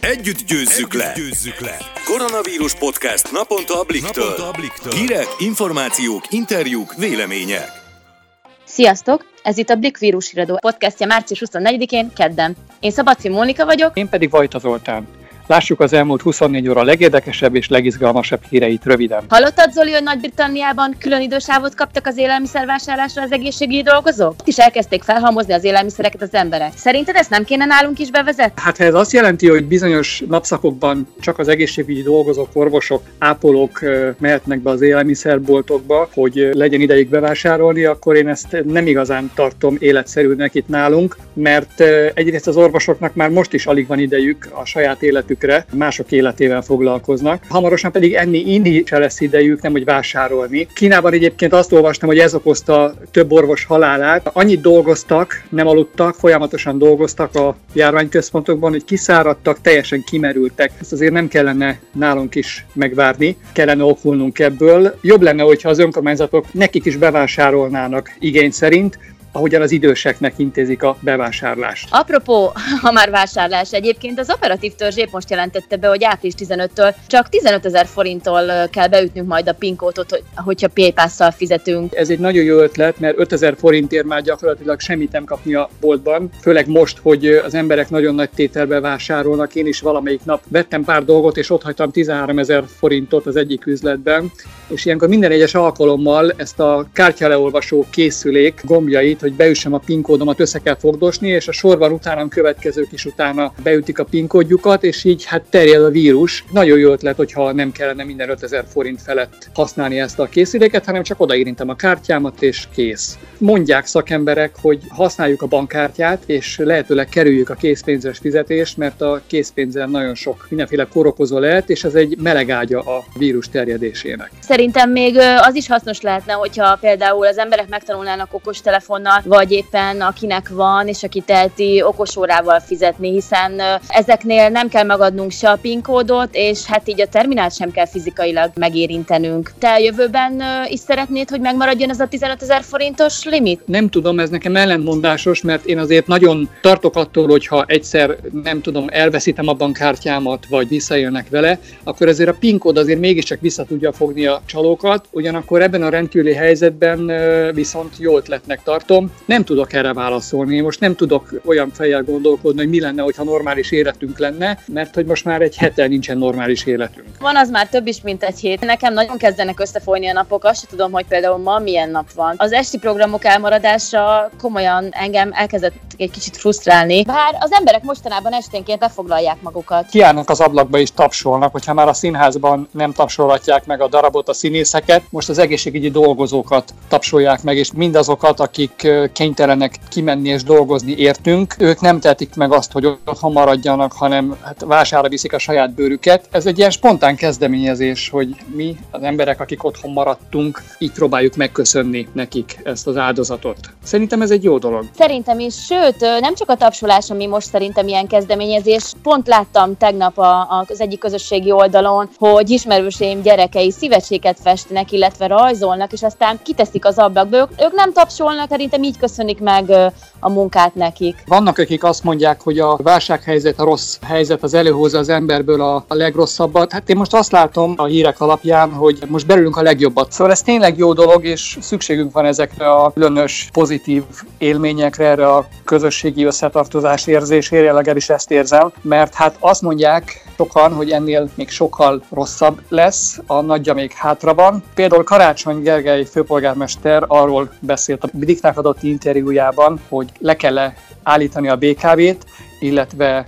Együtt győzzük le! Koronavírus podcast naponta a Blikktől. Hírek, információk, interjúk, vélemények. Sziasztok! Ez itt a Blikk vírushíradó podcastja március 24-én, kedden. Én Szabadfi Mónika vagyok. Én pedig Vajta Zoltán. Lássuk az elmúlt 24 óra legérdekesebb és legizgalmasabb híreit röviden. Hallottad, Zoli, hogy Nagy-Britanniában külön idősávot kaptak az élelmiszervásárlásra az egészségügyi dolgozók? Itt is elkezdték felhalmozni az élelmiszereket az emberek. Szerinted ezt nem kéne nálunk is bevezetni? Hát ez azt jelenti, hogy bizonyos napszakokban csak az egészségügyi dolgozók, orvosok, ápolók mehetnek be az élelmiszerboltokba, hogy legyen idejük bevásárolni, akkor én ezt nem igazán tartom életszerűnek itt nálunk, mert egyrészt az orvosoknak már most is alig van idejük a saját életükre, mások életével foglalkoznak. Hamarosan pedig inni se lesz idejük, nem hogy vásárolni. Kínában egyébként azt olvastam, hogy ez okozta több orvos halálát. Annyit dolgoztak, nem aludtak, folyamatosan dolgoztak a járványközpontokban, hogy kiszáradtak, teljesen kimerültek. Ezt azért nem kellene nálunk is megvárni, kellene okulnunk ebből. Jobb lenne, hogyha az önkormányzatok nekik is bevásárolnának igény szerint, ahogyan az időseknek intézik a bevásárlást. Apropó, ha már vásárlás, egyébként az operatív törzs épp most jelentette be, hogy április 15-től csak 15 000 forinttól kell beütnünk majd a PIN kódot, hogyha PayPass-szal fizetünk. Ez egy nagyon jó ötlet, mert 5000 forintért már gyakorlatilag semmit nem kapni a boltban, főleg most, hogy az emberek nagyon nagy tételbe vásárolnak. Én is valamelyik nap vettem pár dolgot, és ott hagytam 13 000 forintot az egyik üzletben, és ilyenkor minden egyes alkalommal ezt a kártyaleolvasó készülék gombjait, hogy beüssem a PIN kódomat, össze kell fogdosni, és a sorban utánam következők is utána beütik a PIN kódjukat, és így hát terjed a vírus. Nagyon jó ötlet, hogyha nem kellene minden 5000 forint felett használni ezt a készüléket, hanem csak odaérintem a kártyámat, és kész. Mondják szakemberek, hogy használjuk a bankkártyát, és lehetőleg kerüljük a készpénzes fizetést, mert a készpénzen nagyon sok mindenféle kórokozó lehet, és ez egy melegágya a vírus terjedésének. Szerintem még az is hasznos lehetne, hogyha például az emberek megtanulnának okostelefonnal, vagy éppen akinek van, és aki teheti okosórával fizetni, hiszen ezeknél nem kell megadnunk se a PIN kódot, és hát így a terminált sem kell fizikailag megérintenünk. Te jövőben is szeretnéd, hogy megmaradjon ez a 15 000 forintos limit? Nem tudom, ez nekem ellentmondásos, mert én azért nagyon tartok attól, hogyha egyszer, nem tudom, elveszítem a bankkártyámat, vagy visszaélnek vele, akkor azért a PIN kód azért mégiscsak vissza tudja fogni a csalókat, ugyanakkor ebben a rendkívüli helyzetben viszont jó ötletnek tartom. Nem tudok erre válaszolni. Én most nem tudok olyan fejjel gondolkodni, hogy mi lenne, hogyha normális életünk lenne, mert hogy most már egy hete nincsen normális életünk. Van az már több is, mint egy hét. Nekem nagyon kezdenek összefolyni a napok, azt sem tudom, hogy például ma milyen nap van. Az esti programok elmaradása komolyan engem elkezdett egy kicsit frusztrálni. Bár az emberek mostanában esténként befoglalják magukat. Kiállnak az ablakba és tapsolnak, hogyha már a színházban nem tapsolhatják meg a darabot, a színészeket, most az egészségügyi dolgozókat tapsolják meg, és mindazokat, akik kénytelenek kimenni és dolgozni értünk, ők nem tehetik meg azt, hogy otthon maradjanak, hanem hát vásárra viszik a saját bőrüket. Ez egy ilyen spontán kezdeményezés, hogy mi, az emberek, akik otthon maradtunk, így próbáljuk megköszönni nekik ezt az áldozatot. Szerintem ez egy jó dolog. Szerintem is, sőt, nem csak a tapsolás, ami most szerintem ilyen kezdeményezés. Pont láttam tegnap az egyik közösségi oldalon, hogy ismerőseim gyerekei szívecskéket festenek, illetve rajzolnak, és aztán kiteszik az ablakba. Ők nem tapsolnak, szerintem így köszönik meg a munkát nekik. Vannak, akik azt mondják, hogy a válsághelyzet, a rossz helyzet az előhozza az emberből a legrosszabbat. Hát én most azt látom a hírek alapján, hogy most belülünk a legjobbat. Szóval ez tényleg jó dolog, és szükségünk van ezekre a különös pozitív élményekre, erre a közösségi összetartozás érzésére, legalábbis ezt érzem, mert hát azt mondják sokan, hogy ennél még sokkal rosszabb lesz, a nagyja még hátra van. Például Karácsony Gergely főpolgármester arról beszélt a Blikknek adott interjújában, hogy le kell állítani a BKV-t, illetve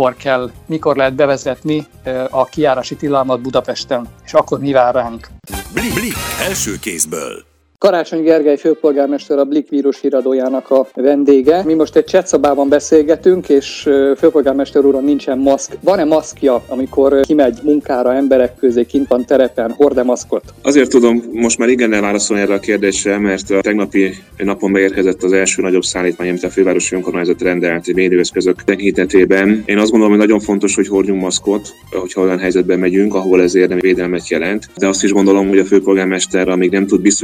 mikor lehet bevezetni a kijárási tilalmat Budapesten, és akkor mi vár ránk. Blikk első kézből. Karácsony Gergely főpolgármester, a Blikk vírushíradójának a vendége. Mi most egy chatszobában beszélgetünk, és főpolgármester úron nincsen maszk. Van-e maszkja, amikor kimegy munkára, emberek közé, kint van terepen, hord-e maszkot? Azért tudom most már igennel válaszolni erre a kérdésre, mert a tegnapi napon beérkezett az első nagyobb szállítmány, amit a fővárosi önkormányzat rendelt védőeszközök tekintetében. Én azt gondolom, hogy nagyon fontos, hogy hordjunk maszkot, hogyha olyan helyzetben megyünk, ahol ez érdemi védelmet jelent. De azt is gondolom, hogy a főpolgármester, amíg nem tud biztosítani a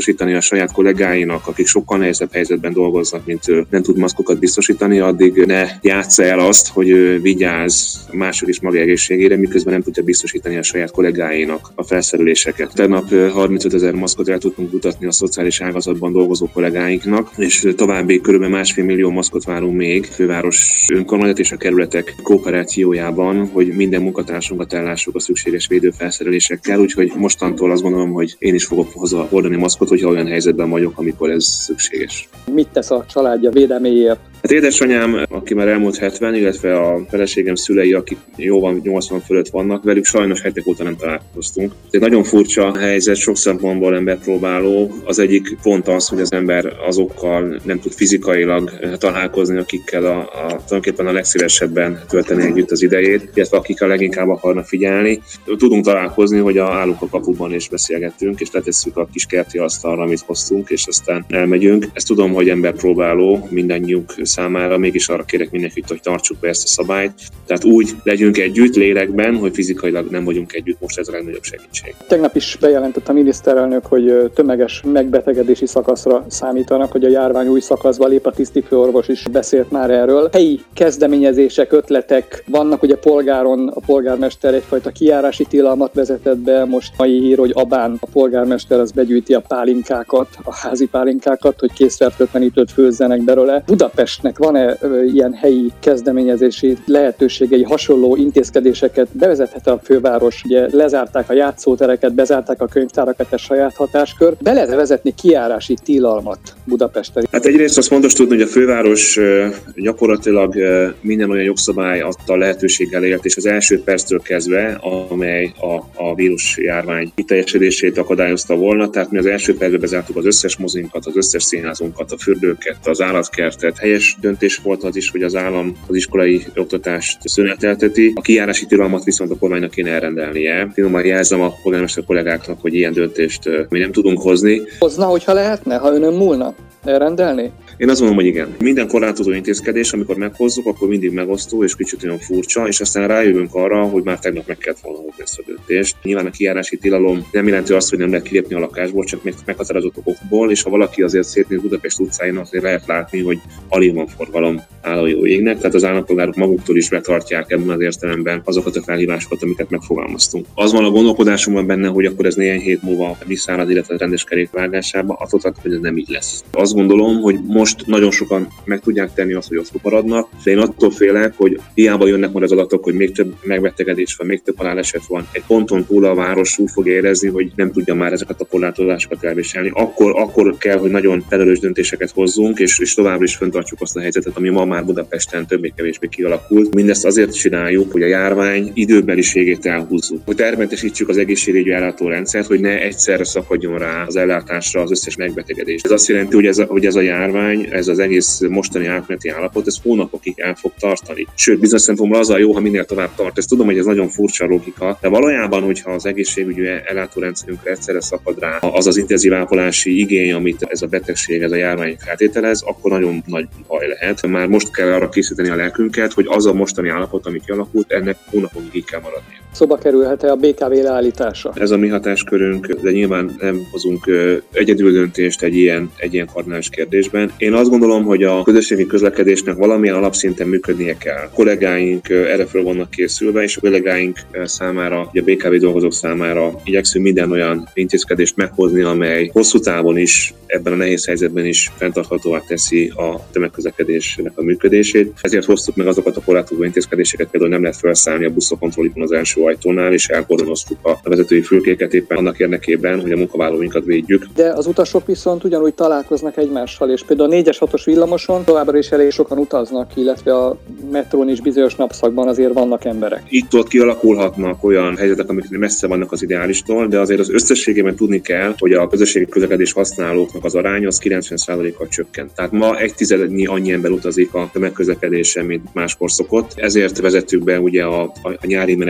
saját kollégáinak, akik sokkal nehezebb helyzetben dolgoznak, mint ő, nem tud maszkokat biztosítani, addig ne játsza el azt, hogy ő vigyáz mások is maga egészségére, miközben nem tudja biztosítani a saját kollégáinak a felszereléseket. Tegnap 35 000 maszkot el tudtunk jutatni a szociális ágazatban dolgozó kollégáinknak, és további kb. 1,5 millió maszkot várunk még főváros önkormányzat és a kerületek kooperációjában, hogy minden munkatársunkat ellássuk a szükséges védőfelszerelésekkel, úgyhogy mostantól azt gondolom, hogy én is fogok hordani maszkot, hogyha olyan helyzetben vagyok, amikor ez szükséges. Mit tesz a családja védelméért? Hát édesanyám, aki már elmúlt 70, illetve a feleségem szülei, akik jóval 80 fölött vannak, velük sajnos hetek óta nem találkoztunk. Ez egy nagyon furcsa helyzet, sok szempontból emberpróbáló. Az egyik pont az, hogy az ember azokkal nem tud fizikailag találkozni, akikkel tulajdonképpen a legszívesebben tölteni együtt az idejét, illetve akikkel leginkább akarnak figyelni. Tudunk találkozni, hogy állunk a kapuban és beszélgettünk, és letesszük a kis kerti asztalra, amit hoztunk, és aztán elmegyünk. Ezt tudom, hogy emberpróbáló mindannyiunk számára, mégis arra kérek mindenkit, hogy tartsuk be ezt a szabályt. Tehát úgy legyünk együtt lélekben, hogy fizikailag nem vagyunk együtt, most ez a legnagyobb segítség. Tegnap is bejelentett a miniszterelnök, hogy tömeges megbetegedési szakaszra számítanak, hogy a járvány új szakaszba lép, a tisztifőorvos is beszélt már erről. Helyi kezdeményezések, ötletek vannak, hogy a polgármester egyfajta kijárási tilalmat vezetett be, most mai hír, hogy Abán a polgármester az begyűjti a pálinkákat, a házi pálinkákat, hogy készfertőtlenítőt főzzenek belőle. Budapestnek van-e ilyen helyi kezdeményezési lehetőségei, hasonló intézkedéseket bevezethet a főváros? Ugye lezárták a játszótereket, bezárták a könyvtárakat, ez saját hatáskör. Be lehet vezetni kijárási tilalmat Budapesten? Hát egyrészt azt fontos tudni, hogy a főváros gyakorlatilag minden olyan jogszabály adta lehetőséggel élt, és az első perctől kezdve, amely a vírusjárvány kiteljesedését akadályozta volna, tehát mi az első percben bezártuk az összes mozinkat, az összes színházunkat, a fürdőket, az állatkertet. Helyes döntés volt az is, hogy az állam az iskolai oktatást szünetelteti. A kijárási tilalmat viszont a kormánynak kéne elrendelnie. Finoman jelzem a polgármester kollégáknak, hogy ilyen döntést mi nem tudunk hozni. Hozna, hogyha lehetne, ha önön múlna elrendelni? Én azt mondom, hogy igen. Minden korlátozó intézkedés, amikor meghozzuk, akkor mindig megosztó és kicsit olyan furcsa, és aztán rájövünk arra, hogy már tegnap meg kellett volna hozni ezt a döntést. Nyilván a kijárási tilalom nem jelenti azt, hogy nem lehet kilépni a lakásból, csak meghatározott okokból, és ha valaki azért szétnéz Budapest utcáin, azért lehet látni, hogy alig van forgalom áll a jó égnek, tehát az állampolgárok maguktól is betartják ebben az értelemben azokat a felhívásokat, amiket megfogalmaztunk. Az van a gondolkodásunkban benne, hogy akkor ez néhány hét múlva visszáll az illetve rendes kerékvágásába, attól tartok, hogy ez nem így lesz. Azt gondolom, hogy most nagyon sokan meg tudják tenni azt, hogy ott maradnak, de én attól félek, hogy hiába jönnek majd az adatok, hogy még több megbetegedés van, még több haláleset van. Egy ponton túl a város úgy fog érezni, hogy nem tudja már ezeket a korlátozásokat elviselni. Akkor kell, hogy nagyon felelős döntéseket hozzunk, és továbbra is fenntartsuk azt a helyzetet, ami ma már Budapesten többé-kevésbé kialakult. Mindezt azért csináljuk, hogy a járvány időbeliségét elhúzzuk. Hogy termentesítsük az egészségügyi ellátórendszert, hogy ne egyszerre szakadjon rá az ellátásra az összes megbetegedés. Ez azt jelenti, hogy ez a járvány, ez az egész mostani átmeneti állapot, ez hónapokig el fog tartani. Sőt, bizonyos szempontból az a jó, ha minél tovább tart. Ezt tudom, hogy ez nagyon furcsa logika, de valójában, hogyha az egészségügyi ellátórendszerünkre egyszerre szakad rá az az intenzív ápolási igény, amit ez a betegség, ez a járvány feltételez, akkor nagyon nagy baj lehet. Már most kell arra készíteni a lelkünket, hogy az a mostani állapot, ami kialakult, ennek hónapokig így kell maradnia. Szóba kerülhet-e a BKV leállítása? Ez a mi hatáskörünk, de nyilván nem hozunk egyedül döntést egy ilyen kardinális kérdésben. Én azt gondolom, hogy a közösségi közlekedésnek valamilyen alapszinten működnie kell. A kollégáink erre föl vannak készülve, és a kollégáink számára, a BKV dolgozók számára igyekszünk minden olyan intézkedést meghozni, amely hosszú távon is, ebben a nehéz helyzetben is fenntarthatóvá teszi a tömegközlekedésnek a működését. Ezért hoztuk meg azokat a korlátozó intézkedéseket, például nem lehet felszállni a buszokon, trollikon az első ajtónál, és elkordonoztuk a vezetői fülkéket éppen annak érdekében, hogy a munkavállalóinkat védjük. De az utasok viszont ugyanúgy találkoznak egymással, és például a 4-es 6-os villamoson továbbra is elég sokan utaznak, illetve a metrón is bizonyos napszakban azért vannak emberek. Itt-ott kialakulhatnak olyan helyzetek, amik messze vannak az ideálistól, de azért az összességében tudni kell, hogy a közösségi közlekedés használóknak az aránya az 90%-kal csökkent. Tehát ma 1/10 annyi ember utazik a tömegközlekedésen, mint máskor szokott. Ezért vezettük be ugye a nyári menetrendet,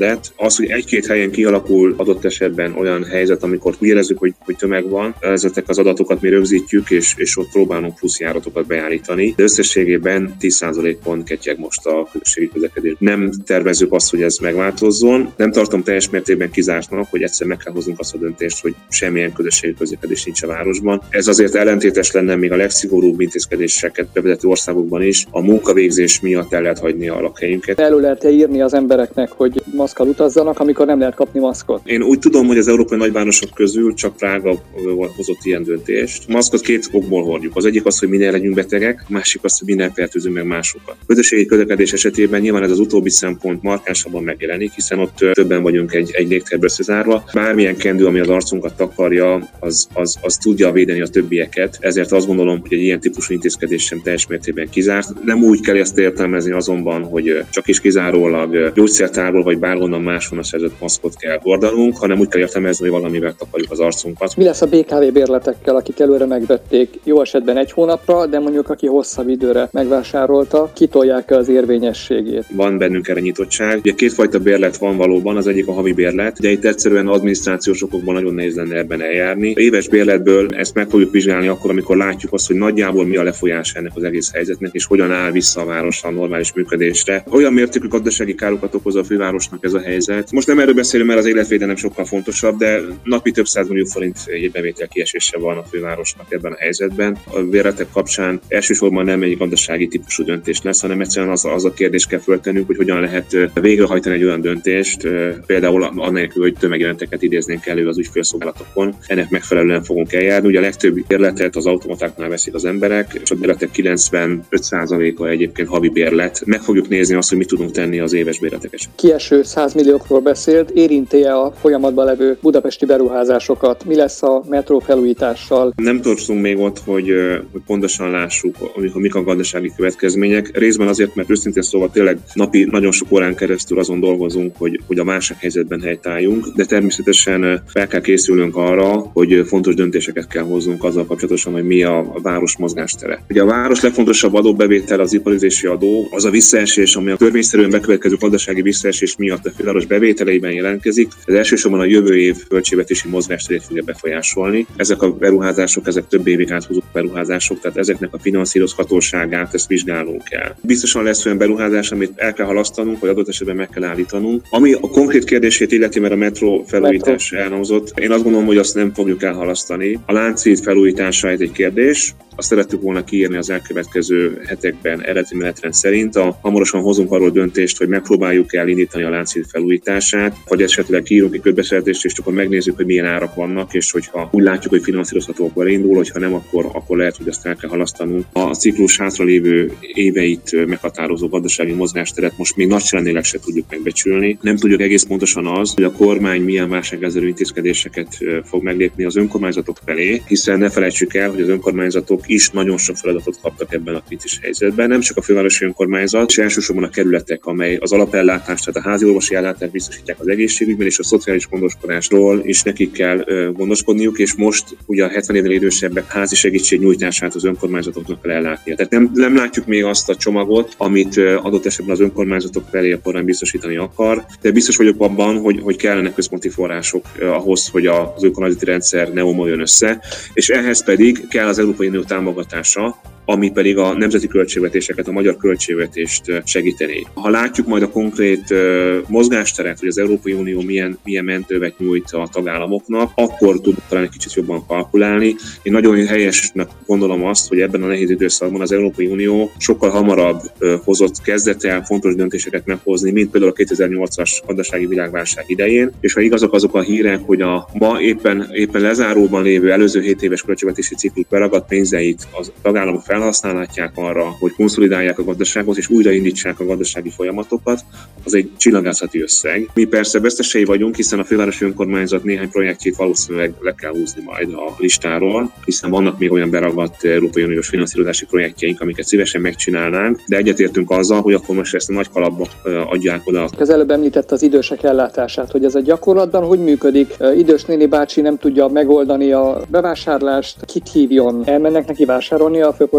bérlet. Az, hogy egy-két helyen kialakul adott esetben olyan helyzet, amikor úgy érezzük, hogy tömeg van, ezek az adatokat mi rögzítjük, és ott próbálunk plusz járatokat beállítani. De összességében 10%-on ketyeg most a közösségi közlekedés. Nem tervezzük azt, hogy ez megváltozzon. Nem tartom teljes mértékben kizártnak, hogy egyszer meg kell hoznunk azt a döntést, hogy semmilyen közösségi közlekedés nincs a városban. Ez azért ellentétes lenne még a legszigorúbb intézkedéseket bevezető országokban is. A munkavégzés miatt el lehet hagyni a lakhelyünket. Elő lehet írni az embereknek, hogy maszkkal utazzanak, amikor nem lehet kapni maszkot? Én úgy tudom, hogy az európai nagyvárosok közül csak Prága hozott ilyen döntést. Maszkot két okból hordjuk. Az egyik az, hogy minél legyünk betegek, a másik az, hogy minél fertőzünk meg másokat. Közösségi közlekedés esetében nyilván ez az utóbbi szempont markánsabban megjelenik, hiszen ott többen vagyunk egy légtérbe összezárva. Bármilyen kendő, ami az arcunkat takarja, az tudja védeni a többieket. Ezért azt gondolom, hogy egy ilyen típusú intézkedés sem teljes mértékben kizárt. Nem úgy kell ezt értelmezni azonban, hogy csak is kizárólag gyógyszertárból vagy bárhonnan máshonnan szerzett maszkot kell hordanunk, hanem úgy kell értelmezni, hogy valamivel takarjuk az arcunkat. Mi lesz a BKV bérletekkel, akik előre megvették, jó esetben egy hónapra, de mondjuk aki hosszabb időre megvásárolta, kitolják az érvényességét? Van bennünk erre nyitottság. Ugye kétfajta bérlet van valóban, az egyik a havi bérlet, de itt egyszerűen adminisztrációs okokból nagyon nehéz lenne ebben eljárni. A éves bérletből ezt meg fogjuk vizsgálni akkor, amikor látjuk azt, hogy nagyjából mi a lefolyás ennek az egész helyzetnek, és hogyan áll vissza a város a normális működésre. Olyan mértékű gazdasági károkat okoz a fővárosnak ez a helyzet. Most nem erről beszélünk, mert az életvédelem sokkal fontosabb, de napi több 100 millió forint bevétel kiesése van a fővárosnak ebben a helyzetben. A bérletek kapcsán elsősorban nem egy gazdasági típusú döntés lesz, hanem egyszerűen az a kérdés kell föltennünk, hogy hogyan lehet végrehajtani egy olyan döntést, például annélkül, hogy tömegjelenteket idéznénk elő az ügyfélszolgálatokon. Ennek megfelelően fogunk eljárni. Ugye a legtöbb bérletet az automatáknál veszik az emberek, és a bérletek 95%-a egyébként havi bérlet. Meg fogjuk nézni azt, hogy mit tudunk tenni az éves bérleteket. Kieső 100 milliókról beszélt, érinti-e a folyamatban levő budapesti beruházásokat? Mi lesz a metró felújítással? Nem tartunk még ott, hogy pontosan lássuk, mik a gazdasági következmények. Részben azért, mert őszintén szóval tényleg napi nagyon sok órán keresztül azon dolgozunk, hogy a válsághelyzetben helytálljunk, de természetesen fel kell készülnünk arra, hogy fontos döntéseket kell hoznunk azzal kapcsolatosan, hogy mi a város mozgástere. Ugye a város legfontosabb adóbevétel az iparüzési adó, az a visszaesés, ami a törvényszerűen bekövetkező gazdasági visszaesés miatt a főváros bevételeiben jelentkezik. Ez elsősorban a jövő év költségvetési mozgásterét fogja befolyásolni. Ezek a beruházások, ezek több évig áthúzó beruházások, tehát ezeknek a finanszírozhatóságát ezt vizsgálnunk kell. Biztosan lesz olyan beruházás, amit el kell halasztanunk, vagy adott esetben meg kell állítanunk. Ami a konkrét kérdését illeti, mert a metró felújítás elhangzott, én azt gondolom, hogy azt nem fogjuk elhalasztani. A Lánchíd felújítása egy kérdés. Azt szerettük volna kiírni az elkövetkező hetekben eredeti menetrend szerint. Hamarosan hozunk arról döntést, hogy megpróbáljuk elindítani a Lánchíd felújítását, vagy esetleg kiírunk egy közbeszerzést, és akkor megnézzük, hogy milyen árak vannak, és hogyha úgy látjuk, hogy finanszírozható, akkor indul, hogyha nem, akkor lehet, hogy ezt el kell halasztanunk. A ciklus hátralévő éveit meghatározó gazdasági mozgásteret most még nagyságrendileg se tudjuk megbecsülni. Nem tudjuk egész pontosan az, hogy a kormány milyen válságkezelő intézkedéseket fog meglépni az önkormányzatok felé, hiszen ne felejtsük el, hogy az önkormányzatok is nagyon sok feladatot kaptak ebben a kritis helyzetben. Nem csak a fővárosi önkormányzat, és elsősorban a kerületek, amely az alapellátást, tehát a házi orvosi ellátást biztosítják az egészségügyben, és a szociális gondoskodásról is nekik kell gondoskodniuk, és most ugye a 70 évnél idősebbek házi segítség nyújtását az önkormányzatoknak kell ellátnia. Tehát nem látjuk még azt a csomagot, amit adott esetben az önkormányzatok felé a kormány biztosítani akar, de biztos vagyok abban, hogy kellenek központi források ahhoz, hogy az önkormányzati rendszer ne omoljon össze, és ehhez pedig kell az Európai Unió támogatása, ami pedig a nemzeti költségvetéseket, a magyar költségvetést segíteni. Ha látjuk majd a konkrét mozgásteret, hogy az Európai Unió milyen mentővet nyújt a tagállamoknak, akkor tudunk talán egy kicsit jobban kalkulálni. Én nagyon helyesnek gondolom azt, hogy ebben a nehéz időszakban az Európai Unió sokkal hamarabb kezdett el fontos döntéseket meghozni, mint például a 2008-as gazdasági világválság idején. És ha igazak azok a hírek, hogy a ma éppen lezáróban lévő előző 7 éves költségvetési ciklus beragadt pénzeit az tagállamok felhasználhatják arra, hogy konszolidálják a gazdaságot és újraindítsák a gazdasági folyamatokat, az egy csillagászati összeg. Mi persze vesztesei vagyunk, hiszen a fővárosi önkormányzat néhány projektjét valószínűleg le kell húzni majd a listáról, hiszen vannak még olyan beragadt Európai Uniós finanszírozási projektjeink, amiket szívesen megcsinálnánk, de egyetértünk azzal, hogy akkor most ezt a nagy kalapba adják oda. Az előbb említett az idősek ellátását, hogy ez a gyakorlatban hogy működik? Idős néni bácsi nem tudja megoldani a bevásárlást, kit hívjon? Elmennek neki vásárolni a főpolgármester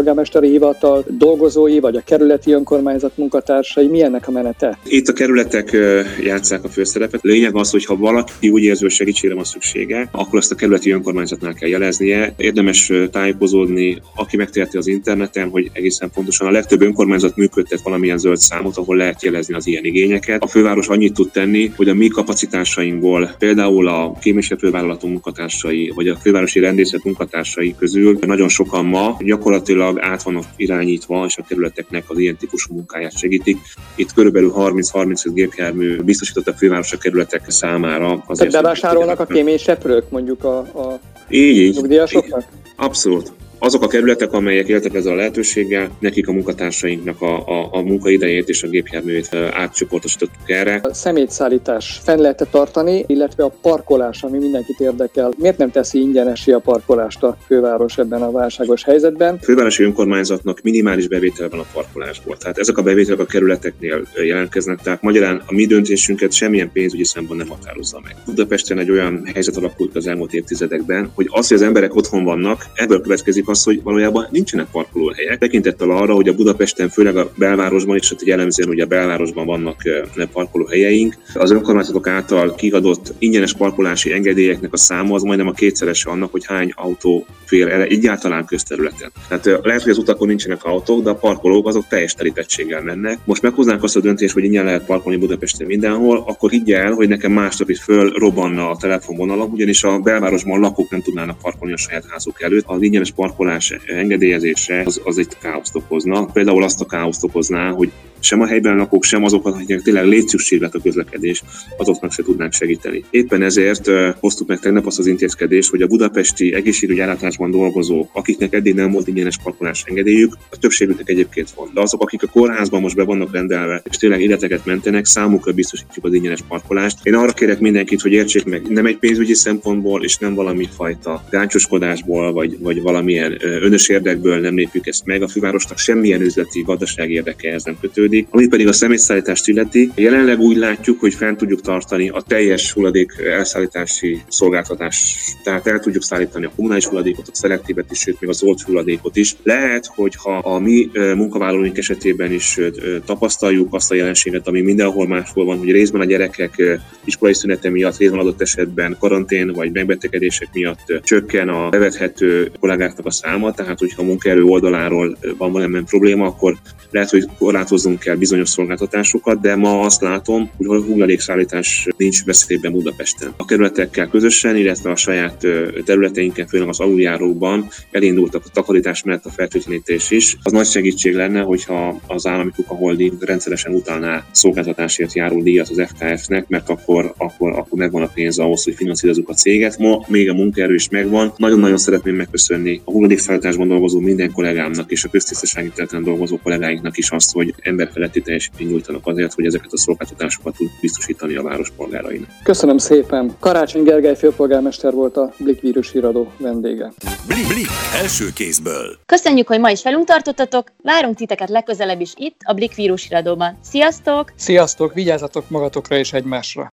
főpolgármesteri hivatal dolgozói, vagy a kerületi önkormányzat munkatársai? Mi ennek a menete? Itt a kerületek játsszák a főszerepet. Lényeg az, hogy ha valaki úgy érzi, hogy segítségre van szüksége, akkor azt a kerületi önkormányzatnál kell jeleznie. Érdemes tájékozódni, aki megteheti az interneten, hogy egészen pontosan a legtöbb önkormányzat működtet valamilyen zöld számot, ahol lehet jelezni az ilyen igényeket. A főváros annyit tud tenni, hogy a mi kapacitásainkból, például a kéméslepővállalatunk munkatársai, vagy a fővárosi rendészet munkatársai közül nagyon sokan ma gyakorlatilag át vannak irányítva, és a kerületeknek az ilyen típusú munkáját segítik. Itt körülbelül 30-35 gépjármű biztosított a főváros a kerületek számára. Tehát bevásárolnak a kéményseprők mondjuk a így. nyugdíjasoknak? Abszolút. Azok a kerületek, amelyek éltek ezzel a lehetőséggel, nekik a munkatársainknak a munkaidejét és a gépjárművét átcsoportosítottuk erre. A szemétszállítás fenn lehet tartani, illetve a parkolás, ami mindenkit érdekel. Miért nem teszi ingyenessé a parkolást a főváros ebben a válságos helyzetben? A fővárosi önkormányzatnak minimális bevétel van a parkolásból. Tehát ezek a bevételek a kerületeknél jelentkeznek, tehát magyarán a mi döntésünket semmilyen pénzügyi szempont nem határozza meg. Budapesten egy olyan helyzet alakult az elmúlt évtizedekben, hogy az, hogy az emberek otthon vannak, ebből következik az, hogy valójában nincsenek parkolóhelyek. Tekintettel arra, hogy a Budapesten, főleg a belvárosban, és hát jellemzően ugye a belvárosban vannak parkolóhelyeink, az önkormányzatok által kiadott ingyenes parkolási engedélyeknek a száma az majdnem a kétszerese annak, hogy hány autó fér el egyáltalán közterületen. Tehát lehet, hogy az utakon nincsenek autók, de a parkolók azok teljes telítettséggel mennek. Most meghoznánk azt a döntést, hogy ingyen lehet parkolni Budapesten mindenhol, akkor higgy el, hogy nekem másnap is fölrobbanna a telefonvonalam, ugyanis a belvárosban lakók nem tudnának parkolni a saját házuk előtt. Az ingyenes parkolás engedélyezése az egy káoszt okozna. Például azt a káoszt okozná, hogy sem a helyben lakók, sem azokat, akiknek tényleg létszükséglet a közlekedés, azoknak se tudnánk segíteni. Éppen ezért hoztuk meg tegnap azt az intézkedést, hogy a budapesti egészségügyi ellátásban dolgozók, akiknek eddig nem volt ingyenes parkolás engedélyük, a többségüknek egyébként van. De azok, akik a kórházban most be vannak rendelve, és tényleg életeket mentenek, számukra biztosítjuk az ingyenes parkolást. Én arra kérek mindenkit, hogy értsék meg, nem egy pénzügyi szempontból, és nem valami fajta gáncsoskodásból, vagy valamilyen önös érdekből nem lépjük ezt meg. A fővárosnak semmilyen üzleti, gazdasági érdeke ehhez nem kötődik. Ami pedig a szemétszállítást illeti, jelenleg úgy látjuk, hogy fent tudjuk tartani a teljes hulladék elszállítási szolgáltatást, tehát el tudjuk szállítani a kommunális hulladékot, a szelektívet is, sőt még az old hulladékot is. Lehet, hogyha a mi munkavállalóink esetében is tapasztaljuk azt a jelenséget, ami mindenhol máshol van, hogy részben a gyerekek iskolai szünete miatt, részben adott esetben karantén vagy megbetegedések miatt csökken a bevethető kollégáknak a száma, tehát hogyha a munkaerő oldaláról van valamilyen probléma, akkor lehet, hogy korlátozzunk kell bizonyos szolgáltatásokat, de ma azt látom, hogy a hulladékszállítás nincs veszélyben Budapesten. A kerületekkel közösen, illetve a saját területeinken, főleg az aluljárókban elindultak a takarítás mellett a fertőtlenítés is. Az nagy segítség lenne, hogyha az állami Kuka Holding rendszeresen utalná szolgáltatásért járó díjat az FKF-nek, mert akkor megvan a pénz ahhoz, hogy finanszírozzuk a céget. Ma még a munkaerő is megvan. Nagyon-nagyon szeretném megköszönni a hulladékszállításban dolgozó minden kollégámnak és a köztisztasági területen dolgozó kollégáinknak is azt, hogy emberfeletti teljesítményt nyújtanak azért, hogy ezeket a szolgáltatásokat tud biztosítani a város polgárainak. Köszönöm szépen. Karácsony Gergely főpolgármester volt a Blik vírushíradó vendége. Blik első kézből. Köszönjük, hogy ma is velünk tartottatok, várunk titeket legközelebb is itt, a Blik vírushíradóban. Sziasztok! Sziasztok, vigyázzatok magatokra és egymásra!